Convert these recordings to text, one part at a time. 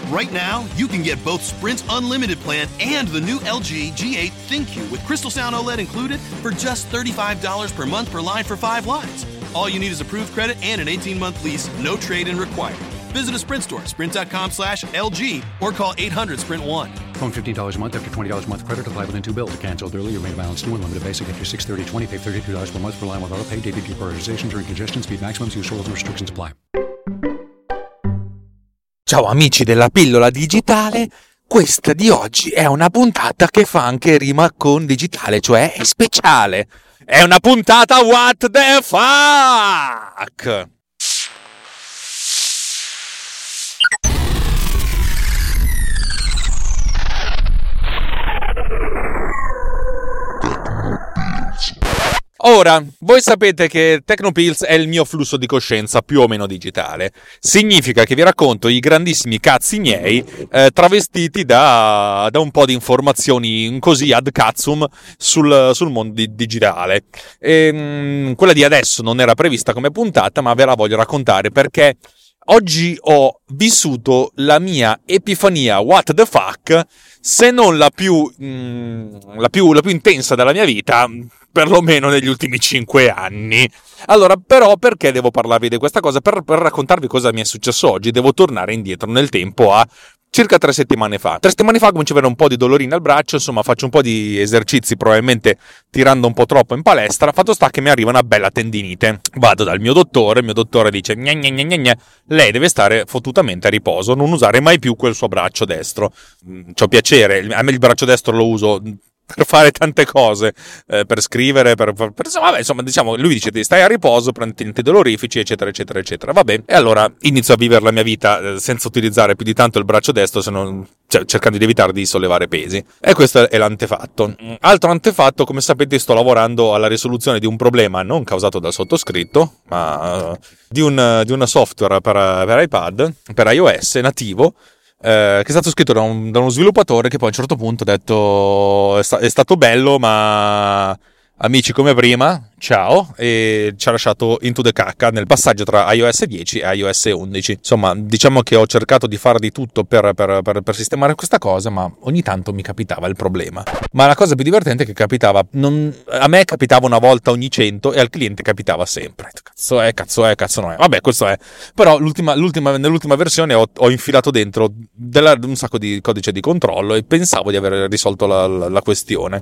Right now, you can get both Sprint's unlimited plan and the new LG G8 ThinQ with Crystal Sound OLED included for just $35 per month per line for 5 lines. All you need is approved credit and an 18-month lease, no trade-in required. Visit a Sprint store, sprint.com/LG, or call 800-SPRINT1. Phone $15 a month after $20 a month credit. Apply within 2 bills. Canceled early. Your rate balance due. Unlimited basic after $630.20. Pay $32 per month per line with auto pay. Daily prioritization during congestion. Speed maximums. Use rules and restrictions apply. Ciao amici della pillola digitale. Questa di oggi è una puntata che fa anche rima con digitale, cioè è speciale. È una puntata what the fuck! Ora, voi sapete che Tecnopills è il mio flusso di coscienza più o meno digitale. Significa che vi racconto i grandissimi cazzi miei travestiti da un po' di informazioni così ad cazzum sul mondo digitale. Quella di adesso non era prevista come puntata, ma ve la voglio raccontare perché oggi ho vissuto la mia epifania what the fuck, se non la più intensa della mia vita, perlomeno negli ultimi 5 anni. Allora, però, perché devo parlarvi di questa cosa? Per raccontarvi cosa mi è successo oggi, devo tornare indietro nel tempo a circa 3 settimane fa. 3 settimane fa comincio ad avere un po' di dolorina al braccio, insomma faccio un po' di esercizi, probabilmente tirando un po' troppo in palestra. Fatto sta che mi arriva una bella tendinite. Vado dal mio dottore, il mio dottore dice gna gna gna gna gna, lei deve stare fottutamente a riposo, non usare mai più quel suo braccio destro. C'ho piacere, a me il braccio destro lo uso per fare tante cose, per scrivere, insomma, diciamo, lui dice stai a riposo, prendi antidolorifici, eccetera, eccetera, eccetera. Vabbè, e allora inizio a vivere la mia vita senza utilizzare più di tanto il braccio destro, cercando di evitare di sollevare pesi. E questo è l'antefatto. Altro antefatto, come sapete, sto lavorando alla risoluzione di un problema non causato dal sottoscritto, ma di un software per iPad, per iOS nativo, che è stato scritto da uno sviluppatore che poi a un certo punto ha detto è stato bello, ma amici come prima, ciao, e ci ha lasciato into the cacca nel passaggio tra iOS 10 e iOS 11. Insomma, diciamo che ho cercato di fare di tutto per sistemare questa cosa, ma ogni tanto mi capitava il problema. Ma la cosa più divertente è che a me capitava una volta ogni 100 e al cliente capitava sempre. Cazzo non è. Vabbè, questo è. Però nell'ultima versione ho infilato dentro un sacco di codice di controllo e pensavo di aver risolto la questione.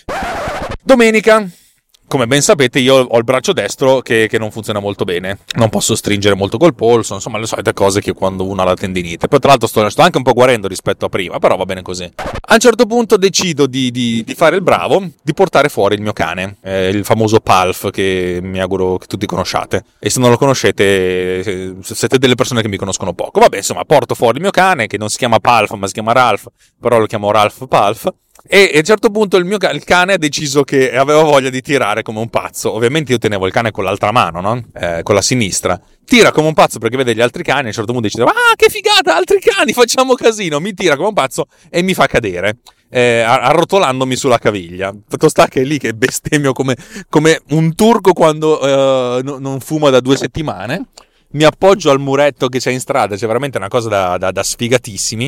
Domenica, come ben sapete, io ho il braccio destro che non funziona molto bene. Non posso stringere molto col polso, insomma le solite cose che quando uno ha la tendinite. Poi tra l'altro sto anche un po' guarendo rispetto a prima, però va bene così. A un certo punto decido di fare il bravo, di portare fuori il mio cane, il famoso Palf, che mi auguro che tutti conosciate. E se non lo conoscete, siete delle persone che mi conoscono poco. Vabbè, insomma, porto fuori il mio cane, che non si chiama Palf, ma si chiama Ralph, però lo chiamo Ralph Palf. E a un certo punto il cane ha deciso che aveva voglia di tirare come un pazzo. Ovviamente io tenevo il cane con l'altra mano, no? Con la sinistra. Tira come un pazzo perché vede gli altri cani. A un certo punto dice che figata, altri cani, facciamo casino. Mi tira come un pazzo e mi fa cadere, arrotolandomi sulla caviglia. Fatto sta che è lì che bestemmio come un turco quando non fuma da 2 settimane. Mi appoggio al muretto che c'è in strada. C'è veramente una cosa da sfigatissimi.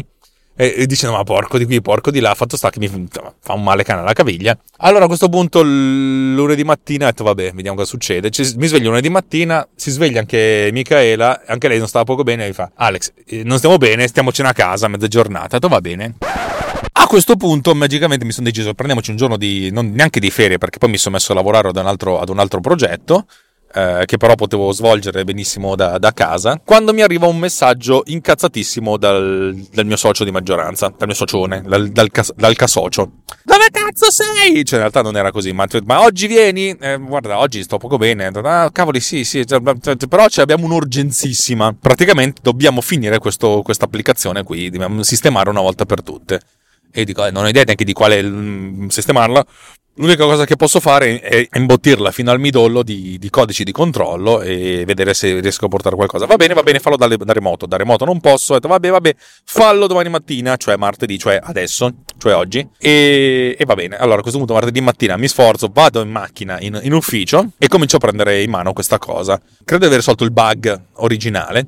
E dice ma porco di qui, porco di là. Fatto sta che mi fa un male cane alla caviglia. Allora a questo punto lunedì mattina ho detto vabbè, vediamo cosa succede. Mi sveglio lunedì mattina, si sveglia anche Micaela, anche lei non stava poco bene, e mi fa Alex, non stiamo bene, stiamocene a casa a mezza giornata. Ho detto va bene. A questo punto magicamente mi sono deciso prendiamoci un giorno neanche di ferie, perché poi mi sono messo a lavorare ad un altro progetto, che però potevo svolgere benissimo da casa, quando mi arriva un messaggio incazzatissimo dal mio socio di maggioranza, dal mio socione, dal casocio. Dove cazzo sei? Cioè in realtà non era così, ma oggi vieni? Guarda, oggi sto poco bene. Cavoli, sì, però abbiamo un'urgenzissima. Praticamente dobbiamo finire questa applicazione qui, dobbiamo sistemare una volta per tutte. E dico, non ho idea neanche di quale sistemarla. L'unica cosa che posso fare è imbottirla fino al midollo di codici di controllo e vedere se riesco a portare qualcosa. Va bene, fallo da remoto. Da remoto non posso. Ho detto, vabbè, fallo domani mattina, cioè martedì, cioè adesso, cioè oggi. E va bene. Allora a questo punto martedì mattina mi sforzo, vado in macchina in ufficio e comincio a prendere in mano questa cosa. Credo di aver risolto il bug originale,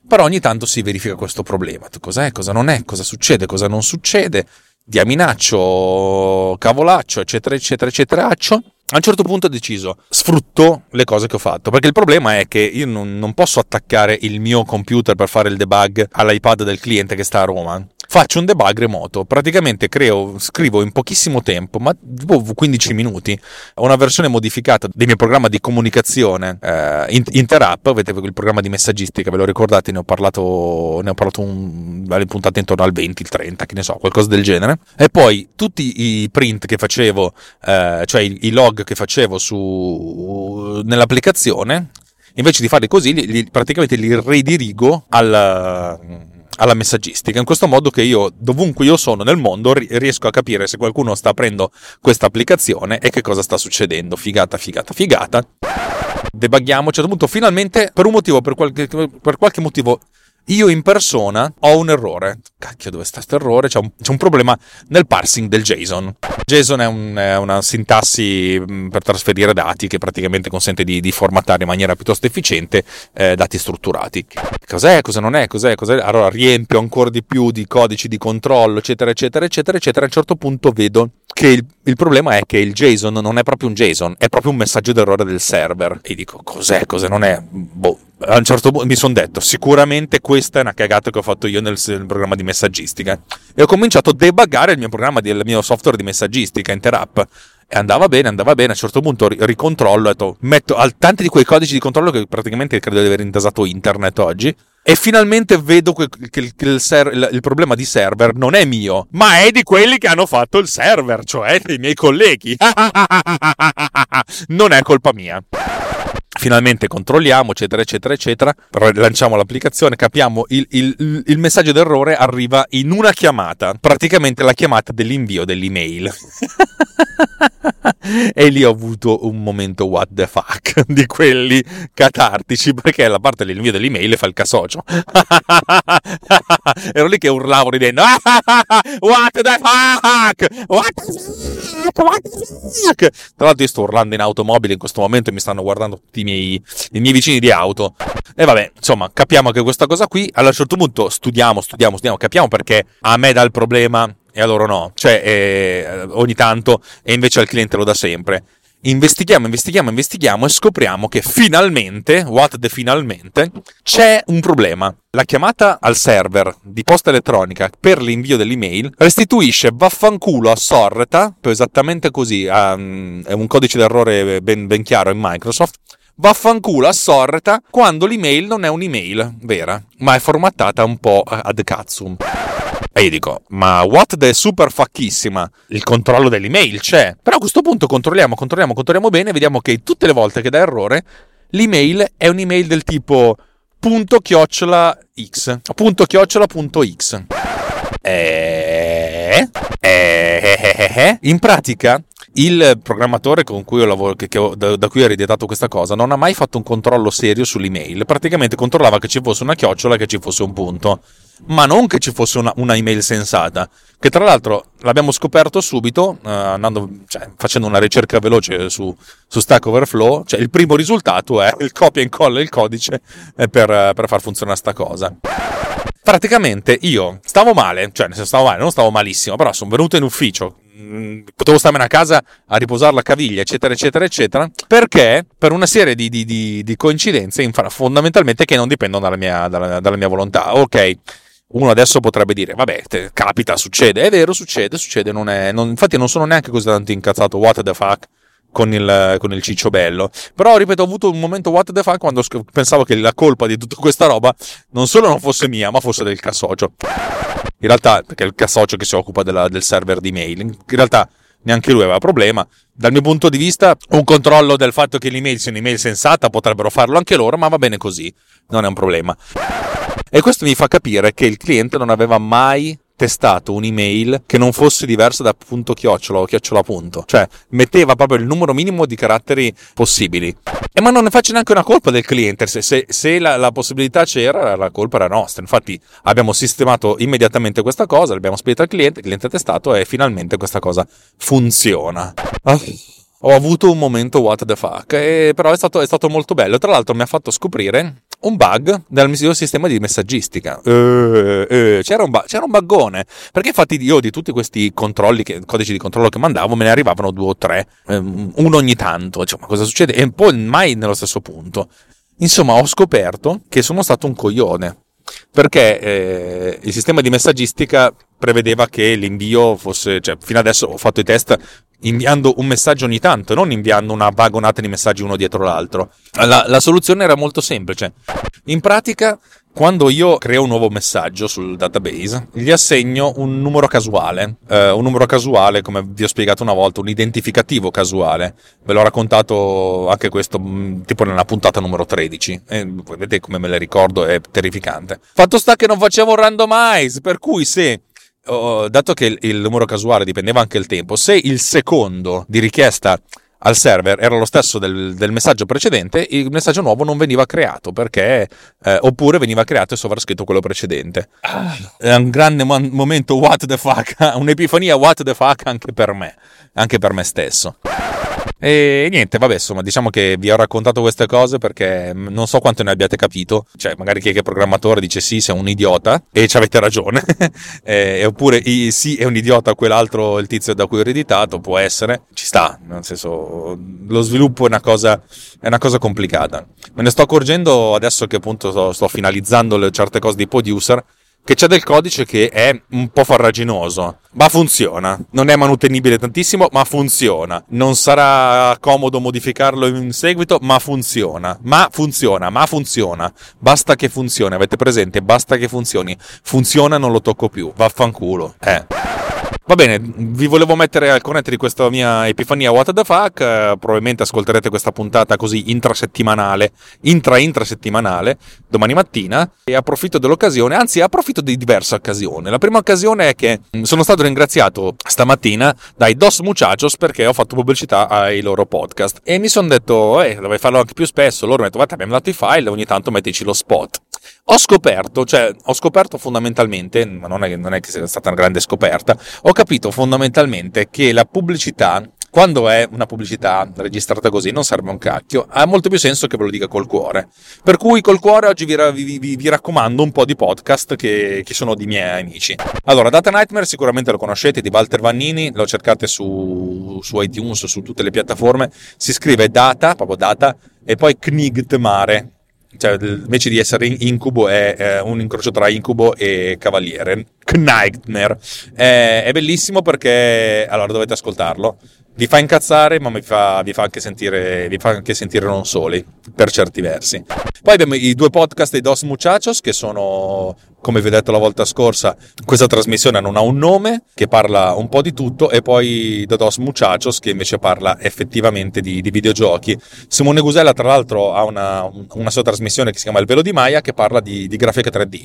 Però ogni tanto si verifica questo problema. Cos'è, cosa non è, cosa succede, cosa non succede, diaminaccio, cavolaccio, eccetera, eccetera, eccetera. A un certo punto ho deciso, sfrutto le cose che ho fatto, perché il problema è che io non posso attaccare il mio computer per fare il debug all'iPad del cliente che sta a Roma. Faccio un debug remoto, praticamente scrivo in pochissimo tempo, ma tipo 15 minuti, una versione modificata del mio programma di comunicazione Interapp. Avete il programma di messaggistica, ve lo ricordate? Ne ho parlato alle puntate intorno al 20, il 30, che ne so, qualcosa del genere. E poi tutti i print che facevo, cioè i log che facevo nell'applicazione, invece di farli così, praticamente li ridirigo alla messaggistica, in questo modo che io, dovunque io sono nel mondo, riesco a capire se qualcuno sta aprendo questa applicazione e che cosa sta succedendo. Figata. Debughiamo. A un certo punto, finalmente, per qualche motivo, io in persona ho un errore. Cacchio, dove sta questo errore? C'è un problema nel parsing del JSON. JSON è una sintassi per trasferire dati che praticamente consente di formattare in maniera piuttosto efficiente dati strutturati. Cos'è? Cosa non è? Cos'è? Allora riempio ancora di più di codici di controllo, eccetera, eccetera, eccetera, eccetera. A un certo punto vedo che il problema è che il JSON non è proprio un JSON, è proprio un messaggio d'errore del server. E dico, cos'è? Cosa non è? A un certo punto mi sono detto, sicuramente questa è una cagata che ho fatto io nel programma di messaggistica. E ho cominciato a debuggare il mio programma, il mio software di messaggistica, Interapp. E andava bene. A un certo punto ricontrollo, metto tanti di quei codici di controllo che praticamente credo di aver intasato internet oggi. E finalmente vedo che il problema di server non è mio, ma è di quelli che hanno fatto il server, cioè dei miei colleghi. Non è colpa mia. Finalmente controlliamo, eccetera, eccetera, eccetera. Lanciamo l'applicazione, capiamo il messaggio d'errore arriva in una chiamata, praticamente la chiamata dell'invio dell'email. E lì ho avuto un momento what the fuck di quelli catartici, perché la parte dell'invio dell'email fa il casocio. Ero lì che urlavo ridendo what the fuck, what the fuck. Tra l'altro io sto urlando in automobile in questo momento e mi stanno guardando tutti i miei vicini di auto. E vabbè, insomma, capiamo che questa cosa qui, a un certo punto studiamo, capiamo perché a me dà il problema e a loro no, cioè ogni tanto, e invece al cliente lo dà sempre. Investighiamo e scopriamo che finalmente c'è un problema. La chiamata al server di posta elettronica per l'invio dell'email restituisce vaffanculo a sorta, esattamente così, è un codice d'errore ben chiaro in Microsoft, vaffanculo a sorta quando l'email non è un'email vera, ma è formattata un po' ad cazzum. E io dico, ma what the super facchissima, il controllo dell'email c'è. Però a questo punto controlliamo bene e vediamo che tutte le volte che dà errore l'email è un'email del tipo .x. In pratica il programmatore con cui io lavoro, da cui ho ereditato questa cosa, non ha mai fatto un controllo serio sull'email. Praticamente controllava che ci fosse una chiocciola e che ci fosse un punto, ma non che ci fosse una email sensata, che tra l'altro l'abbiamo scoperto subito facendo una ricerca veloce su Stack Overflow. Cioè il primo risultato è il copia e incolla il codice per far funzionare sta cosa. Praticamente io stavo male, non stavo malissimo, però sono venuto in ufficio, potevo starmene a casa a riposare la caviglia, eccetera, eccetera, eccetera, perché per una serie di coincidenze fondamentalmente che non dipendono dalla mia volontà. Ok, uno adesso potrebbe dire, vabbè, capita, succede, è vero, succede, infatti non sono neanche così tanto incazzato, what the fuck, con il ciccio bello. Però ripeto, ho avuto un momento what the fuck quando pensavo che la colpa di tutta questa roba non solo non fosse mia, ma fosse del casocio. In realtà, perché è il casocio che si occupa del server di mail, in realtà neanche lui aveva problema. Dal mio punto di vista, un controllo del fatto che l'email sia un'email sensata potrebbero farlo anche loro, ma va bene così, non è un problema. E questo mi fa capire che il cliente non aveva mai testato un'email che non fosse diversa da punto chiocciola o chiocciola punto, cioè metteva proprio il numero minimo di caratteri possibili. Ma non ne faccio neanche una colpa del cliente, se la possibilità c'era, la colpa era nostra. Infatti abbiamo sistemato immediatamente questa cosa, l'abbiamo spedita al cliente, il cliente ha testato e finalmente questa cosa funziona. Ho avuto un momento what the fuck, però è stato molto bello. Tra l'altro mi ha fatto scoprire un bug del mio sistema di messaggistica. C'era un buggone, perché infatti io di tutti questi controlli, codici di controllo che mandavo, me ne arrivavano 2 o 3, uno ogni tanto. Cioè, ma cosa succede? E poi mai nello stesso punto. Insomma, ho scoperto che sono stato un coglione, perché il sistema di messaggistica prevedeva che l'invio fosse, cioè fino adesso ho fatto i test inviando un messaggio ogni tanto, non inviando una vagonata di messaggi uno dietro l'altro. La soluzione era molto semplice. In pratica, quando io creo un nuovo messaggio sul database, gli assegno un numero casuale, come vi ho spiegato una volta, un identificativo casuale. Ve l'ho raccontato anche questo tipo nella puntata numero 13, e vedete come me le ricordo, è terrificante. Fatto sta che non facevo un randomize, per cui se dato che il numero casuale dipendeva anche il tempo, se il secondo di richiesta al server era lo stesso del messaggio precedente, il messaggio nuovo non veniva creato, perché oppure veniva creato e sovrascritto quello precedente. È un grande momento what the fuck, un'epifania what the fuck anche per me stesso. E niente, vabbè, insomma, diciamo che vi ho raccontato queste cose perché non so quanto ne abbiate capito. Cioè, magari chi è programmatore dice sì, sei un idiota, e ci avete ragione. Oppure sì, è un idiota quell'altro, il tizio da cui ho ereditato, può essere, ci sta, nel senso, lo sviluppo è una cosa complicata. Me ne sto accorgendo adesso che appunto sto finalizzando certe cose di Poduser, che c'è del codice che è un po' farraginoso, ma funziona. Non è manutenibile tantissimo, ma funziona. Non sarà comodo modificarlo in seguito, ma funziona. Basta che funzioni, avete presente? Basta che funzioni. Funziona, non lo tocco più. Vaffanculo. Va bene, vi volevo mettere al corrente di questa mia epifania what the fuck. Probabilmente ascolterete questa puntata così intrasettimanale domani mattina, e approfitto dell'occasione, anzi approfitto di diverse occasioni. La prima occasione è che sono stato ringraziato stamattina dai Dos Muchachos perché ho fatto pubblicità ai loro podcast, e mi sono detto dovrei farlo anche più spesso. Loro mi hanno detto guarda, abbiamo dato i file, ogni tanto mettici lo spot. Ho scoperto fondamentalmente, ma non è che sia stata una grande scoperta, ho capito fondamentalmente che la pubblicità, quando è una pubblicità registrata così, non serve un cacchio, ha molto più senso che ve lo dica col cuore. Per cui col cuore oggi vi raccomando un po' di podcast che sono di miei amici. Allora, Data Nightmare sicuramente lo conoscete, di Walter Vannini, lo cercate su iTunes, su tutte le piattaforme, si scrive Data, proprio Data, e poi Knightmare. Cioè, invece di essere incubo è un incrocio tra incubo e cavaliere. Knightmare è bellissimo perché, allora, dovete ascoltarlo, vi fa incazzare, ma vi fa anche sentire non soli per certi versi. Poi abbiamo i 2 podcast dei Dos Muchachos, che sono, come vi ho detto la volta scorsa, questa trasmissione non ha un nome, che parla un po' di tutto, e poi The Dos Muchachos, che invece parla effettivamente di videogiochi. Simone Gusella, tra l'altro, ha una sua trasmissione che si chiama Il Velo di Maya, che parla di grafica 3D.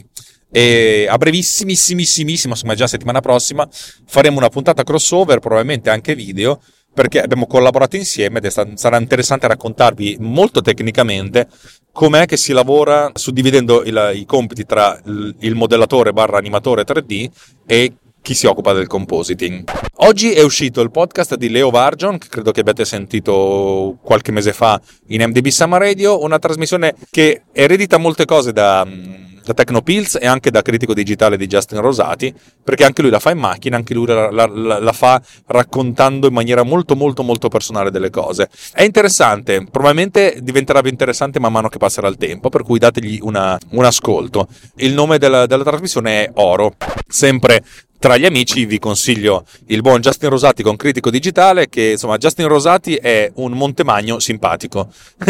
E a brevissimissimo, insomma già settimana prossima, faremo una puntata crossover, probabilmente anche video, perché abbiamo collaborato insieme ed sarà interessante raccontarvi molto tecnicamente com'è che si lavora suddividendo i compiti tra il modellatore / animatore 3D e chi si occupa del compositing. Oggi è uscito il podcast di Leo Vargion, che credo che abbiate sentito qualche mese fa in MDB Summer Radio, una trasmissione che eredita molte cose da Tecnopills e anche da critico digitale di Justin Rosati, perché anche lui la fa in macchina, anche lui la fa raccontando in maniera molto molto molto personale delle cose. È interessante, probabilmente diventerà più interessante man mano che passerà il tempo, per cui dategli un ascolto. Il nome della trasmissione è Oro. Sempre tra gli amici vi consiglio il buon Justin Rosati con Critico Digitale, che insomma Justin Rosati è un Montemagno simpatico.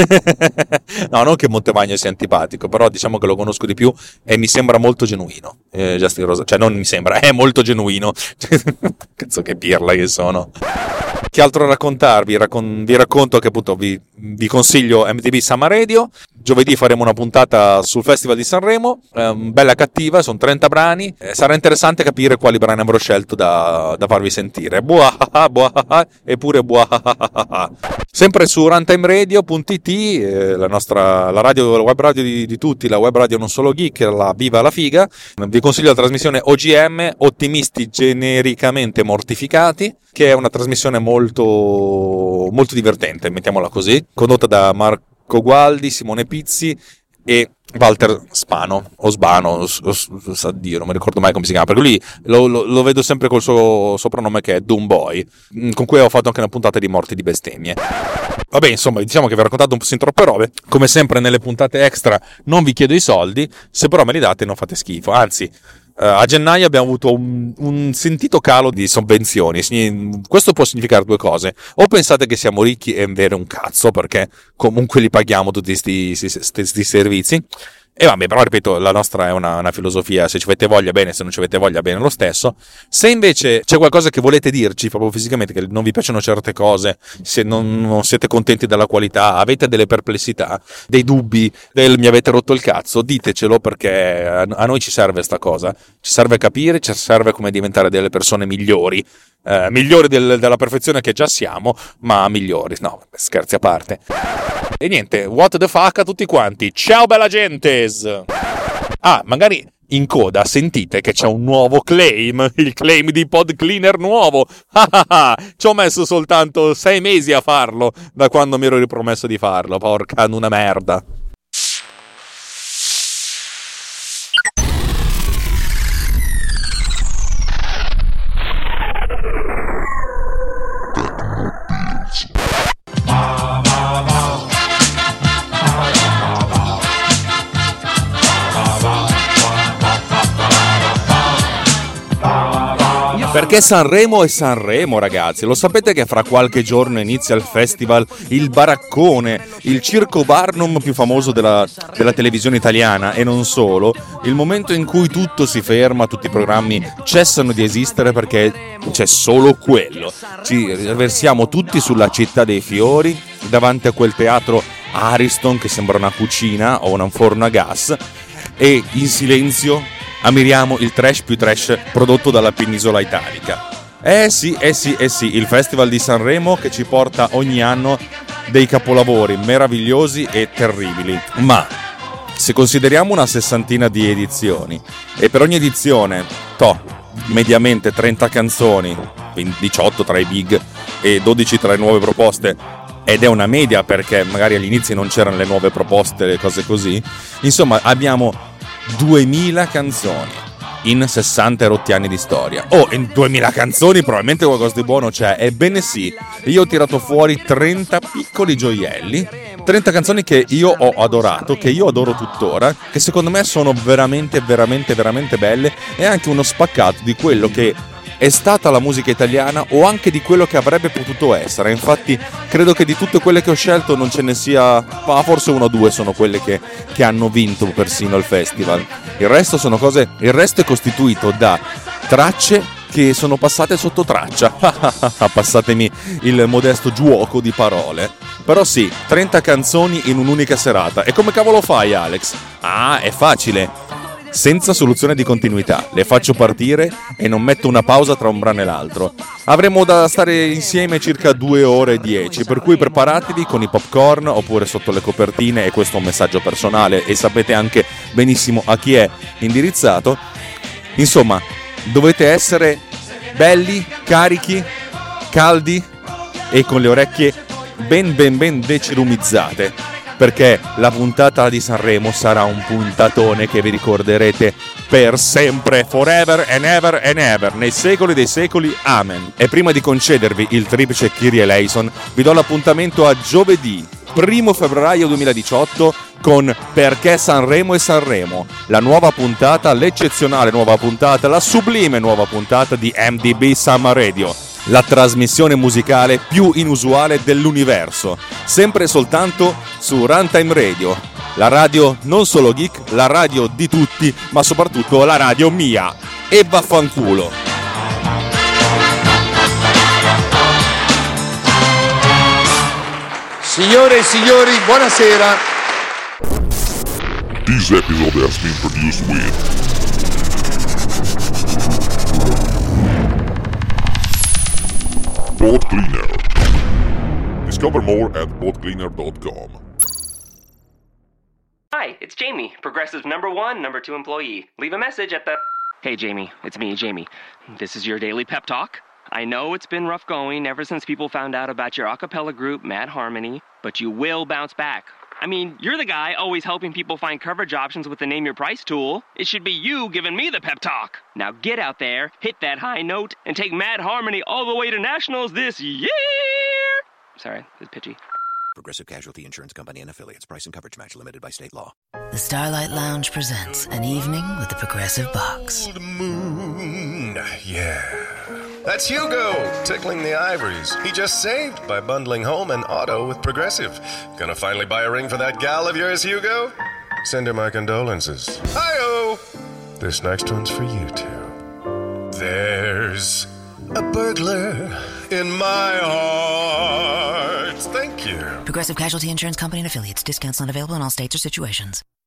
No, non che Montemagno sia antipatico, però diciamo che lo conosco di più e mi sembra molto genuino. Justin Rosati, cioè non mi sembra, è molto genuino. Cazzo che pirla che sono. Che altro raccontarvi? Vi racconto che appunto vi consiglio MTV Summer Radio. Giovedì faremo una puntata sul Festival di Sanremo, bella cattiva, sono 30 brani. Sarà interessante capire quali brani avrò scelto da farvi sentire. Eppure sempre su runtimeradio.it, la web radio di tutti, la web radio non solo geek, la viva la figa. Vi consiglio la trasmissione OGM, Ottimisti Genericamente Mortificati, che è una trasmissione molto, molto divertente, mettiamola così, condotta da Marco Gualdi, Simone Pizzi e Walter Spano o Sbano, sa Dio, non mi ricordo mai come si chiama, perché lui lo vedo sempre col suo soprannome che è Doom Boy, con cui ho fatto anche una puntata di Morti di bestemmie. Vabbè, insomma, diciamo che vi ho raccontato un po' sin troppe robe. Come sempre nelle puntate extra non vi chiedo i soldi, se però me li date non fate schifo, anzi a gennaio abbiamo avuto un sentito calo di sovvenzioni. Questo può significare due cose: o pensate che siamo ricchi e invero un cazzo, perché comunque li paghiamo tutti questi servizi. E vabbè, però ripeto, la nostra è una filosofia: se ci avete voglia bene, se non ci avete voglia bene lo stesso. Se invece c'è qualcosa che volete dirci proprio fisicamente, che non vi piacciono certe cose, se non siete contenti della qualità, avete delle perplessità, dei dubbi, mi avete rotto il cazzo, ditecelo, perché a noi ci serve sta cosa, ci serve capire, ci serve come diventare delle persone migliori, migliori della perfezione che già siamo, ma migliori. No, scherzi a parte. E niente, what the fuck a tutti quanti. Ciao bella gentes! Ah, magari in coda sentite che c'è un nuovo claim, il claim di Pod Cleaner nuovo. Ci ho messo soltanto 6 mesi a farlo, da quando mi ero ripromesso di farlo. Porca una merda. Perché Sanremo è Sanremo, ragazzi. Lo sapete che fra qualche giorno inizia il festival Il Baraccone, il circo Barnum più famoso della televisione italiana, e non solo. Il momento in cui tutto si ferma, tutti i programmi cessano di esistere, perché c'è solo quello. Ci riversiamo tutti sulla Città dei Fiori, davanti a quel teatro Ariston che sembra una cucina o un forno a gas, e in silenzio ammiriamo il trash più trash prodotto dalla penisola italica. Sì, il Festival di Sanremo che ci porta ogni anno dei capolavori meravigliosi e terribili. Ma se consideriamo una 60ina di edizioni, e per ogni edizione, mediamente 30 canzoni, 18 tra i big e 12 tra le nuove proposte, ed è una media perché magari agli inizi non c'erano le nuove proposte, le cose così, insomma abbiamo 2000 canzoni in 60 rotti anni di storia. In 2000 canzoni probabilmente qualcosa di buono c'è. Ebbene sì, io ho tirato fuori 30 piccoli gioielli, 30 canzoni che io ho adorato, che io adoro tuttora, che secondo me sono veramente veramente veramente belle, e anche uno spaccato di quello che è stata la musica italiana, o anche di quello che avrebbe potuto essere. Infatti credo che di tutte quelle che ho scelto non ce ne sia, ma forse 1 o 2 sono quelle che hanno vinto persino il festival. Il resto è costituito da tracce che sono passate sotto traccia. Passatemi il modesto giuoco di parole. Però sì, 30 canzoni in un'unica serata. E come cavolo fai, Alex? È facile. Senza soluzione di continuità, le faccio partire e non metto una pausa tra un brano e l'altro. Avremo da stare insieme circa 2 ore e 10, per cui preparatevi con i popcorn oppure sotto le copertine, e questo è un messaggio personale e sapete anche benissimo a chi è indirizzato. Insomma, dovete essere belli, carichi, caldi e con le orecchie ben decirumizzate, perché la puntata di Sanremo sarà un puntatone che vi ricorderete per sempre, forever and ever and ever, nei secoli dei secoli, amen. E prima di concedervi il triplice Kyrie eleison, vi do l'appuntamento a giovedì 1 febbraio 2018 con Perché Sanremo è Sanremo, la nuova puntata, l'eccezionale nuova puntata, la sublime nuova puntata di MDB Summer Radio, la trasmissione musicale più inusuale dell'universo, sempre e soltanto su Runtime Radio, la radio non solo geek, la radio di tutti, ma soprattutto la radio mia. E vaffanculo. Signore e signori, buonasera. This episode has been produced with Pod Cleaner. Discover more at podcleaner.com. Hi, it's Jamie, Progressive's #1, #2 employee. Leave a message at the... Hey, Jamie, it's me, Jamie. This is your daily pep talk. I know it's been rough going ever since people found out about your a cappella group, Mad Harmony, but you will bounce back. I mean, you're the guy always helping people find coverage options with the Name Your Price tool. It should be you giving me the pep talk. Now get out there, hit that high note, and take Mad Harmony all the way to nationals this year! Sorry, it's pitchy. Progressive Casualty Insurance Company and Affiliates. Price and coverage match limited by state law. The Starlight Lounge presents An Evening with the Progressive Box. Old moon, yeah. That's Hugo, tickling the ivories. He just saved by bundling home and auto with Progressive. Gonna finally buy a ring for that gal of yours, Hugo? Send her my condolences. Hi-oh! This next one's for you two. There's a burglar in my heart. Thank you. Progressive Casualty Insurance Company and Affiliates. Discounts not available in all states or situations.